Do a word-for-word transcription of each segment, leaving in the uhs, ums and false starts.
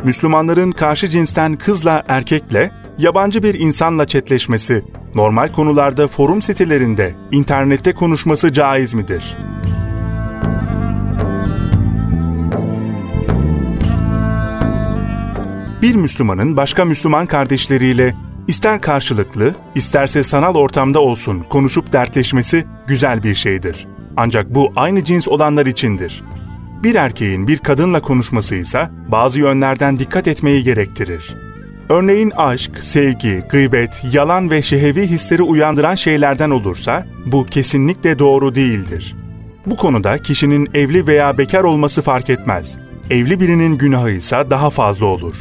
Müslümanların karşı cinsten kızla erkekle, yabancı bir insanla chatleşmesi, normal konularda forum sitelerinde, internette konuşması caiz midir? Bir Müslümanın başka Müslüman kardeşleriyle ister karşılıklı, isterse sanal ortamda olsun konuşup dertleşmesi güzel bir şeydir. Ancak bu aynı cins olanlar içindir. Bir erkeğin bir kadınla konuşması ise bazı yönlerden dikkat etmeyi gerektirir. Örneğin aşk, sevgi, gıybet, yalan ve şehevi hisleri uyandıran şeylerden olursa bu kesinlikle doğru değildir. Bu konuda kişinin evli veya bekar olması fark etmez. Evli birinin günahı ise daha fazla olur.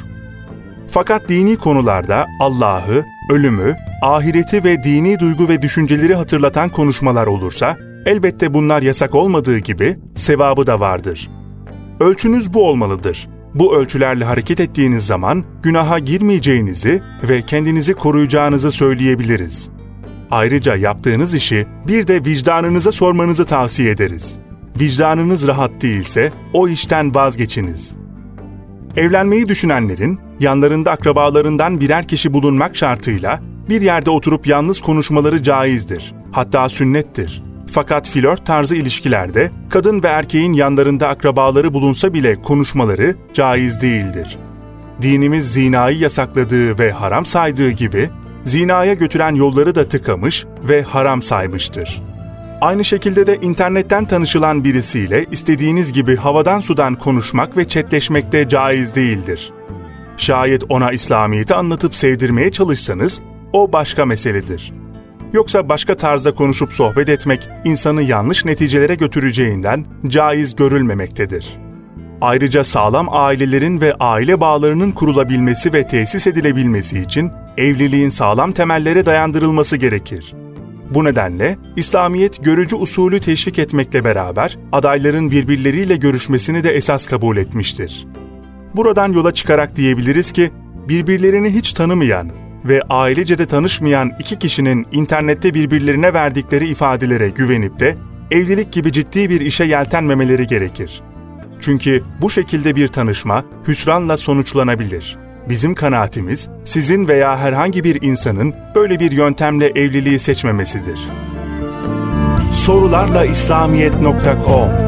Fakat dini konularda Allah'ı, ölümü, ahireti ve dini duygu ve düşünceleri hatırlatan konuşmalar olursa, elbette bunlar yasak olmadığı gibi sevabı da vardır. Ölçünüz bu olmalıdır. Bu ölçülerle hareket ettiğiniz zaman günaha girmeyeceğinizi ve kendinizi koruyacağınızı söyleyebiliriz. Ayrıca yaptığınız işi bir de vicdanınıza sormanızı tavsiye ederiz. Vicdanınız rahat değilse o işten vazgeçiniz. Evlenmeyi düşünenlerin yanlarında akrabalarından birer kişi bulunmak şartıyla bir yerde oturup yalnız konuşmaları caizdir. Hatta sünnettir. Fakat flört tarzı ilişkilerde kadın ve erkeğin yanlarında akrabaları bulunsa bile konuşmaları caiz değildir. Dinimiz zinayı yasakladığı ve haram saydığı gibi zinaya götüren yolları da tıkamış ve haram saymıştır. Aynı şekilde de internetten tanışılan birisiyle istediğiniz gibi havadan sudan konuşmak ve chatleşmek de caiz değildir. Şayet ona İslamiyet'i anlatıp sevdirmeye çalışsanız o başka meseledir. Yoksa başka tarzda konuşup sohbet etmek insanı yanlış neticelere götüreceğinden caiz görülmemektedir. Ayrıca sağlam ailelerin ve aile bağlarının kurulabilmesi ve tesis edilebilmesi için evliliğin sağlam temellere dayandırılması gerekir. Bu nedenle İslamiyet görücü usulü teşvik etmekle beraber adayların birbirleriyle görüşmesini de esas kabul etmiştir. Buradan yola çıkarak diyebiliriz ki birbirlerini hiç tanımayan ve ailece de tanışmayan iki kişinin internette birbirlerine verdikleri ifadelere güvenip de evlilik gibi ciddi bir işe yeltenmemeleri gerekir. Çünkü bu şekilde bir tanışma hüsranla sonuçlanabilir. Bizim kanaatimiz sizin veya herhangi bir insanın böyle bir yöntemle evliliği seçmemesidir. sorularla islamiyet nokta com